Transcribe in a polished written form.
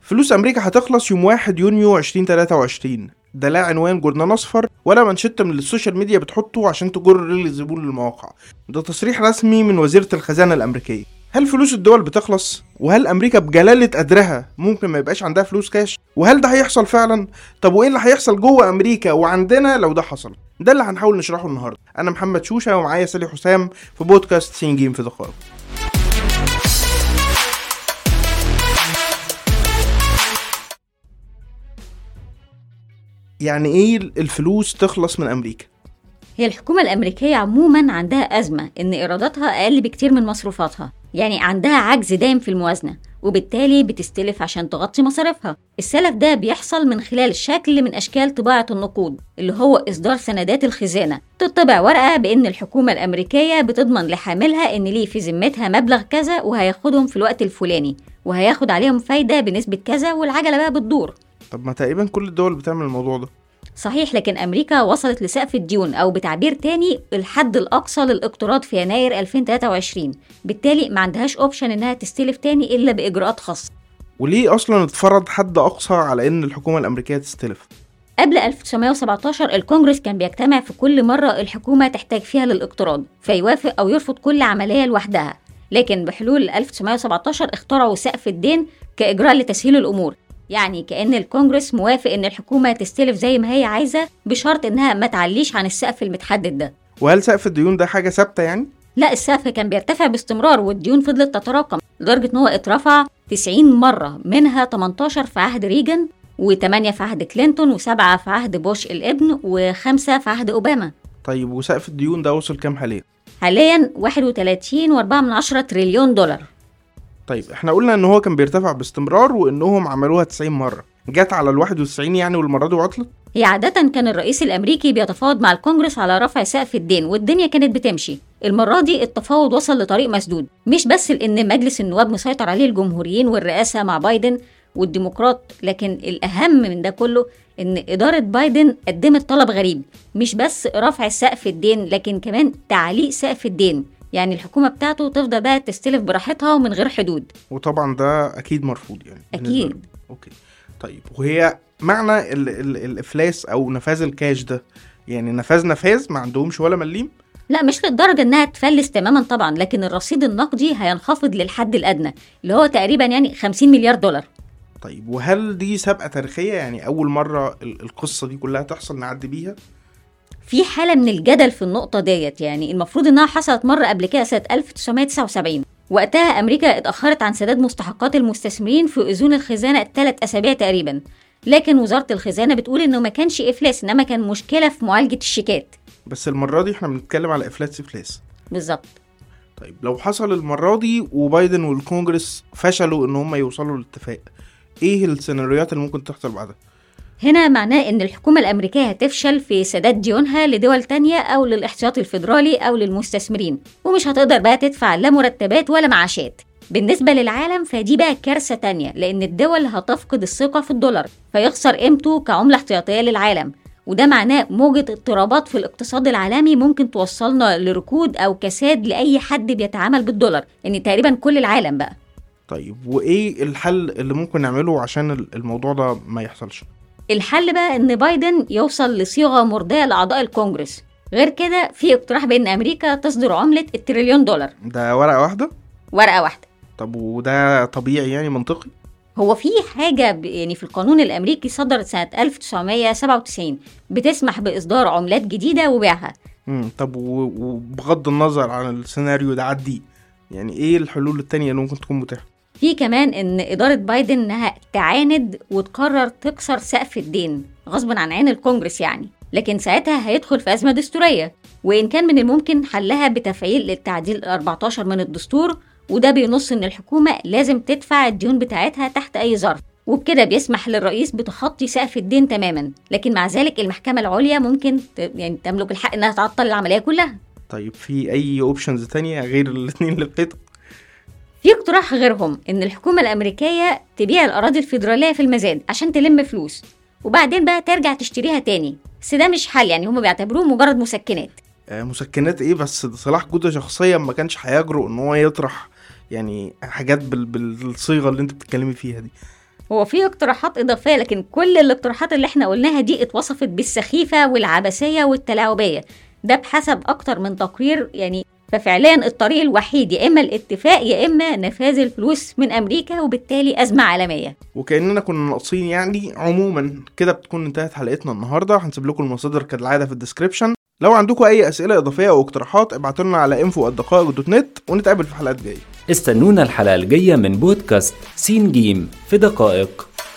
فلوس أمريكا هتخلص يوم 1 يونيو 2023. ده لا عنوان جورنال أصفر ولا منشطة من السوشيال ميديا بتحطه عشان تجر الزبون للمواقع. ده تصريح رسمي من وزيرة الخزانة الأمريكية. هل فلوس الدول بتخلص؟ وهل أمريكا بجلالة قدرها ممكن ما يبقاش عندها فلوس كاش؟ وهل ده هيحصل فعلا؟ طب وإيه اللي هيحصل جوه أمريكا وعندنا لو ده حصل؟ ده اللي هنحاول نشرحه النهاردة. أنا محمد شوشة ومعايا سالي حسام في بودكاست سين جيم في دقائق. يعني ايه الفلوس تخلص من امريكا؟ هي الحكومة الأمريكية عموما عندها أزمة إن إيراداتها أقل بكتير من مصروفاتها، يعني عندها عجز دائم في الموازنة، وبالتالي بتستلف عشان تغطي مصاريفها. السلف ده بيحصل من خلال شكل من أشكال طباعة النقود، اللي هو إصدار سندات الخزانة. تطبع ورقة بإن الحكومة الأمريكية بتضمن لحاملها إن ليه في ذمتها مبلغ كذا وهياخدهم في الوقت الفلاني، وهياخد عليهم فايدة بنسبة كذا، والعجلة بقى بتدور. طب ما تقريبا كل الدول بتعمل الموضوع ده. صحيح، لكن أمريكا وصلت لسقف الديون أو بتعبير تاني الحد الأقصى للاقتراض في يناير 2023. بالتالي ما عندهاش أوبشن إنها تستلف تاني إلا بإجراءات خاصة. وليه أصلا اتفرض حد أقصى على إن الحكومة الأمريكية تستلف؟ قبل 1917 الكونجرس كان بيجتمع في كل مرة الحكومة تحتاج فيها للاقتراض، فيوافق أو يرفض كل عملية لوحدها. لكن بحلول 1917 اخترعوا سقف الدين كإجراء لتسهيل الأمور، يعني كأن الكونجرس موافق إن الحكومة تستلف زي ما هي عايزة بشرط إنها ما تعليش عن السقف المتحدد ده. وهل سقف الديون ده حاجة ثابتة يعني؟ لا، السقف كان بيرتفع باستمرار، والديون فضلت تتراكم لدرجة إن هو اترفع 90 مرة، منها 18 في عهد ريجن، و8 في عهد كلينتون، و7 في عهد بوش الابن، و5 في عهد أوباما. طيب وسقف الديون ده وصل كام حاليا؟ حاليا 31.4 تريليون دولار. طيب احنا قلنا ان هو كان بيرتفع باستمرار وانهم عملوها 90 مرة، جات على 91 يعني والمرة دي عطلت؟ هي عادة كان الرئيس الأمريكي بيتفاوض مع الكونجرس على رفع سقف الدين والدنيا كانت بتمشي. المرة دي التفاوض وصل لطريق مسدود، مش بس لأن مجلس النواب مسيطر عليه الجمهوريين والرئاسة مع بايدن والديمقراط، لكن الأهم من ده كله إن إدارة بايدن قدمت طلب غريب، مش بس رفع سقف الدين لكن كمان تعليق سقف الدين، يعني الحكومة بتاعته تفضل بقى تستلف براحتها ومن غير حدود. وطبعا ده أكيد مرفوض يعني. أكيد. أوكي. طيب وهي معنى الإفلاس أو نفاذ الكاش ده يعني نفاذ ما عندهمش ولا مليم؟ لا، مش للدرجة انها تفلس تماما طبعا، لكن الرصيد النقدي هينخفض للحد الأدنى اللي هو تقريبا يعني 50 مليار دولار. طيب وهل دي سابقة تاريخية، يعني أول مرة القصة دي كلها تحصل نعدي بيها؟ في حالة من الجدل في النقطة ديت، يعني المفروض انها حصلت مرة قبل كده سنة 1979. وقتها أمريكا اتأخرت عن سداد مستحقات المستثمرين في أذون الخزانة 3 أسابيع تقريبا، لكن وزارة الخزانة بتقول انه ما كانش إفلاس، انما كان مشكلة في معالجة الشيكات. بس المرة دي احنا بنتكلم على إفلاس. بالظبط. طيب لو حصل المرة دي وبايدن والكونجرس فشلوا ان هم يوصلوا لاتفاق، ايه السيناريوهات اللي ممكن تحصل بعدها؟ هنا معناه ان الحكومة الامريكية هتفشل في سداد ديونها لدول تانية او للاحتياطي الفيدرالي او للمستثمرين، ومش هتقدر بقى تدفع لا مرتبات ولا معاشات. بالنسبة للعالم فدي بقى كارثة تانية، لان الدول هتفقد الثقة في الدولار فيخسر قيمته كعملة احتياطية للعالم، وده معناه موجة اضطرابات في الاقتصاد العالمي ممكن توصلنا لركود او كساد لأي حد بيتعامل بالدولار، يعني تقريبا كل العالم بقى. طيب وايه الحل اللي ممكن نعمله عشان الموضوع ده ما يحصلش؟ الحل بقى ان بايدن يوصل لصيغة مرضية لأعضاء الكونجرس، غير كده في اقتراح بان امريكا تصدر عملة التريليون دولار. ده ورقة واحدة؟ ورقة واحدة. طب وده طبيعي يعني منطقي؟ هو في حاجة يعني في القانون الأمريكي صدرت سنة 1997 بتسمح بإصدار عملات جديدة وبيعها. طب وبغض النظر عن السيناريو ده عدي، يعني ايه الحلول التانية اللي ممكن تكون متاحة؟ في كمان ان إدارة بايدن انها تعاند وتقرر تكسر سقف الدين غصبا عن عين الكونجرس يعني، لكن ساعتها هيدخل في أزمة دستورية، وإن كان من الممكن حلها بتفعيل التعديل 14 من الدستور، وده بينص ان الحكومة لازم تدفع الديون بتاعتها تحت اي ظرف، وبكده بيسمح للرئيس بتخطي سقف الدين تماما، لكن مع ذلك المحكمة العليا ممكن يعني تملك الحق انها تعطل العملية كلها. طيب في اي اوبشنز تانية غير الاثنين اللي فاتوا؟ في اقتراح غيرهم ان الحكومة الامريكية تبيع الاراضي الفيدرالية في المزاد عشان تلم فلوس وبعدين بقى ترجع تشتريها تاني، بس ده مش حل، يعني هم بيعتبروه مجرد مسكنات. مسكنات ايه بس؟ صلاح جودة شخصيا ما كانش هيجرؤ ان هو يطرح يعني حاجات بالصيغة اللي انت بتتكلمي فيها دي. هو في اقتراحات إضافية، لكن كل الاقتراحات اللي احنا قلناها دي اتوصفت بالسخيفة والعبثية والتلاعبية، ده بحسب أكتر من تقرير يعني. ففعليا الطريق الوحيد يا إما الاتفاق يا إما نفاذ الفلوس من أمريكا، وبالتالي أزمة عالمية. وكأننا كنا ناقصين يعني. عموما كده بتكون انتهت حلقتنا النهاردة. هنسيب لكم المصادر كالعادة في الديسكريبشن. لو عندكم أي أسئلة إضافية أو اقتراحات ابعتوا لنا على info@دقائق.net ونتقابل في حلقات جاية. استنونا الحلقة الجاية من بودكاست سين جيم في دقائق.